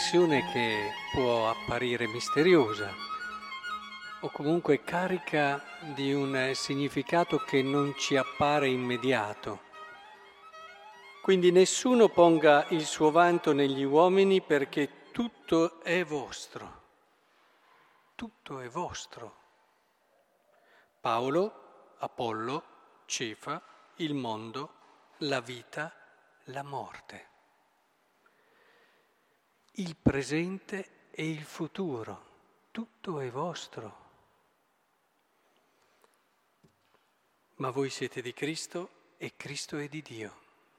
espressione che può apparire misteriosa o comunque carica di un significato che non ci appare immediato. Quindi nessuno ponga il suo vanto negli uomini perché tutto è vostro. Tutto è vostro. Paolo, Apollo, Cefa, il mondo, la vita, la morte. Il presente e il futuro, tutto è vostro. Ma voi siete di Cristo e Cristo è di Dio.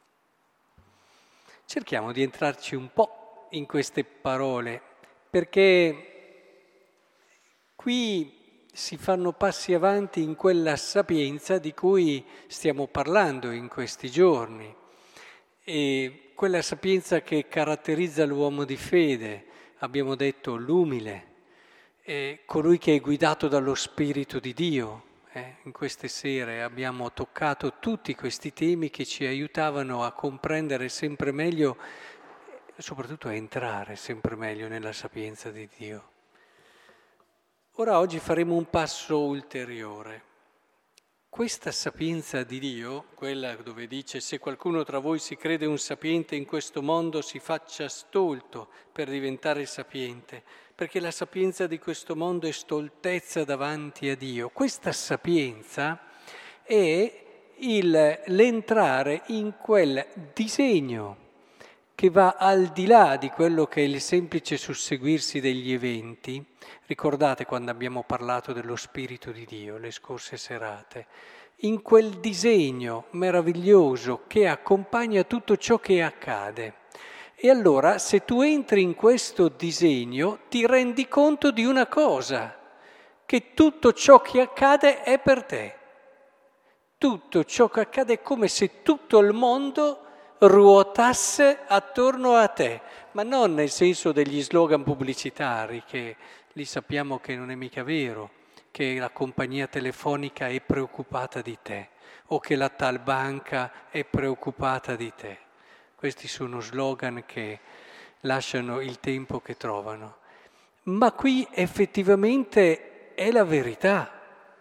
Cerchiamo di entrarci un po' in queste parole, perché qui si fanno passi avanti in quella sapienza di cui stiamo parlando in questi giorni, e quella sapienza che caratterizza l'uomo di fede, abbiamo detto l'umile, colui che è guidato dallo Spirito di Dio. In queste sere abbiamo toccato tutti questi temi che ci aiutavano a comprendere sempre meglio, soprattutto a entrare sempre meglio nella sapienza di Dio. Ora oggi faremo un passo ulteriore. Questa sapienza di Dio, quella dove dice se qualcuno tra voi si crede un sapiente in questo mondo si faccia stolto per diventare sapiente, perché la sapienza di questo mondo è stoltezza davanti a Dio. Questa sapienza è l'entrare in quel disegno che va al di là di quello che è il semplice susseguirsi degli eventi. Ricordate quando abbiamo parlato dello Spirito di Dio, le scorse serate, in quel disegno meraviglioso che accompagna tutto ciò che accade. E allora, se tu entri in questo disegno, ti rendi conto di una cosa, che tutto ciò che accade è per te. Tutto ciò che accade è come se tutto il mondo ruotasse attorno a te, ma non nel senso degli slogan pubblicitari, che li sappiamo che non è mica vero, che la compagnia telefonica è preoccupata di te o che la tal banca è preoccupata di te. Questi sono slogan che lasciano il tempo che trovano. Ma qui effettivamente è la verità,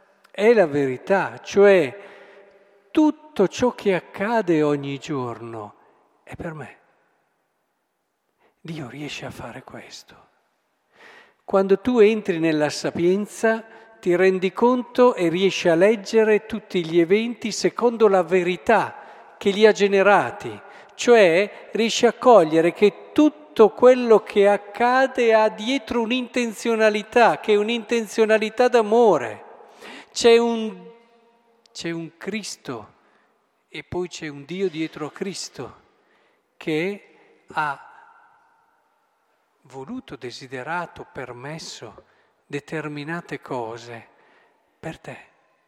cioè tutto ciò che accade ogni giorno è per me. Dio riesce a fare questo. Quando tu entri nella sapienza ti rendi conto e riesci a leggere tutti gli eventi secondo la verità che li ha generati, cioè riesci a cogliere che tutto quello che accade ha dietro un'intenzionalità, che è un'intenzionalità d'amore. C'è un Cristo e poi c'è un Dio dietro a Cristo che ha voluto, desiderato, permesso determinate cose per te.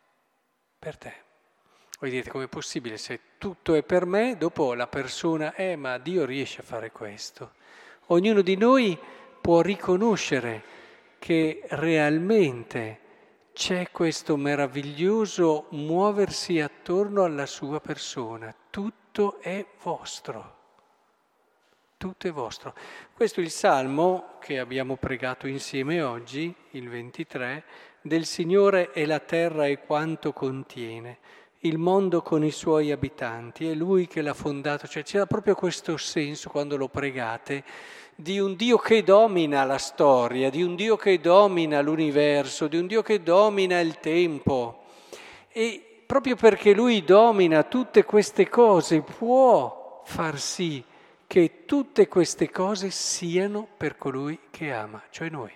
Voi dite, com'è possibile se tutto è per me, dopo la persona ma Dio riesce a fare questo. Ognuno di noi può riconoscere che realmente c'è questo meraviglioso muoversi attorno alla sua persona. Tutto è vostro. Tutto è vostro. Questo è il Salmo che abbiamo pregato insieme oggi, il 23, del Signore è la terra e quanto contiene, il mondo con i suoi abitanti, è Lui che l'ha fondato. Cioè c'era proprio questo senso quando lo pregate, di un Dio che domina la storia, di un Dio che domina l'universo, di un Dio che domina il tempo. E proprio perché Lui domina tutte queste cose può far sì che tutte queste cose siano per colui che ama, cioè noi.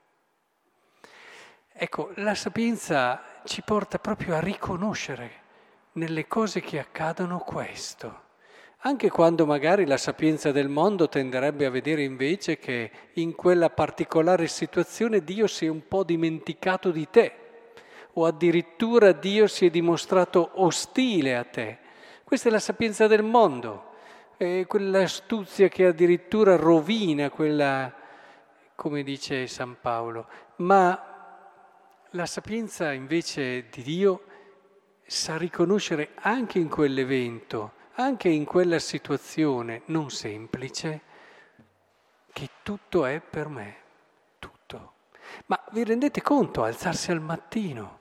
Ecco, la sapienza ci porta proprio a riconoscere nelle cose che accadono questo. Anche quando magari la sapienza del mondo tenderebbe a vedere invece che in quella particolare situazione Dio si è un po' dimenticato di te, o addirittura Dio si è dimostrato ostile a te. Questa è la sapienza del mondo. Quell'astuzia che addirittura rovina quella, come dice San Paolo, ma la sapienza invece di Dio sa riconoscere anche in quell'evento, anche in quella situazione non semplice, che tutto è per me, tutto. Ma vi rendete conto, alzarsi al mattino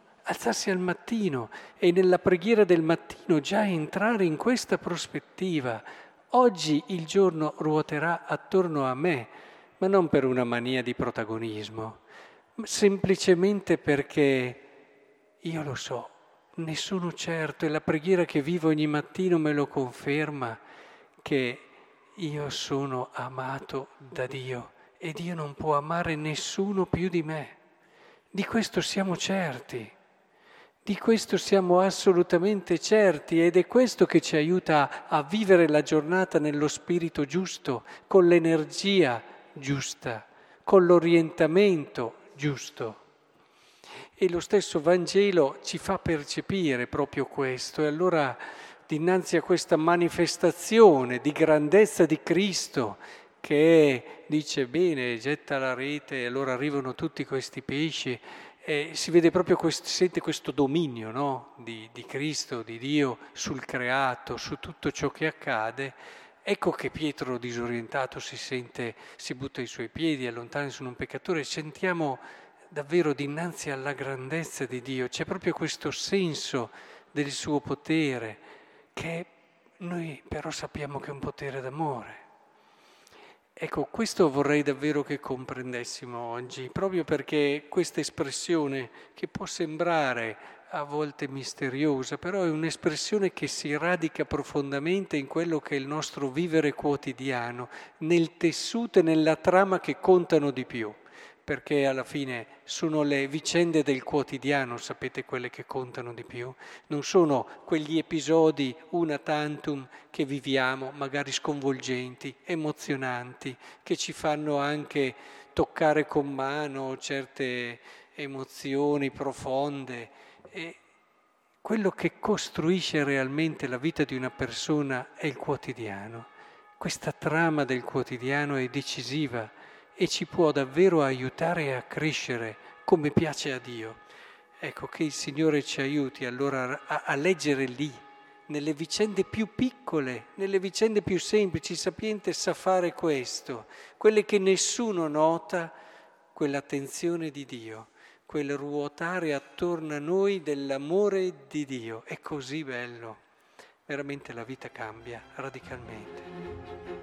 e nella preghiera del mattino già entrare in questa prospettiva. Oggi il giorno ruoterà attorno a me, ma non per una mania di protagonismo, ma semplicemente perché io lo so, ne sono certo e la preghiera che vivo ogni mattino me lo conferma, che io sono amato da Dio e Dio non può amare nessuno più di me. Di questo siamo certi. Di questo siamo assolutamente certi ed è questo che ci aiuta a vivere la giornata nello spirito giusto, con l'energia giusta, con l'orientamento giusto. E lo stesso Vangelo ci fa percepire proprio questo. E allora, dinanzi a questa manifestazione di grandezza di Cristo, che dice bene, getta la rete e allora arrivano tutti questi pesci, si vede proprio si sente questo dominio, no? di Cristo, di Dio sul creato, su tutto ciò che accade. Ecco che Pietro disorientato si butta ai suoi piedi, allontana sono un peccatore. Sentiamo davvero dinanzi alla grandezza di Dio, c'è proprio questo senso del suo potere, che noi però sappiamo che è un potere d'amore. Ecco, questo vorrei davvero che comprendessimo oggi, proprio perché questa espressione, che può sembrare a volte misteriosa, però è un'espressione che si radica profondamente in quello che è il nostro vivere quotidiano, nel tessuto e nella trama che contano di più, perché alla fine sono le vicende del quotidiano, sapete, quelle che contano di più, non sono quegli episodi una tantum che viviamo, magari sconvolgenti, emozionanti, che ci fanno anche toccare con mano certe emozioni profonde. E quello che costruisce realmente la vita di una persona è il quotidiano. Questa trama del quotidiano è decisiva e ci può davvero aiutare a crescere come piace a Dio. Ecco, che il Signore ci aiuti allora a leggere lì, nelle vicende più piccole, nelle vicende più semplici. Sapiente sa fare questo, quelle che nessuno nota, quell'attenzione di Dio, quel ruotare attorno a noi dell'amore di Dio. È così bello, veramente la vita cambia radicalmente.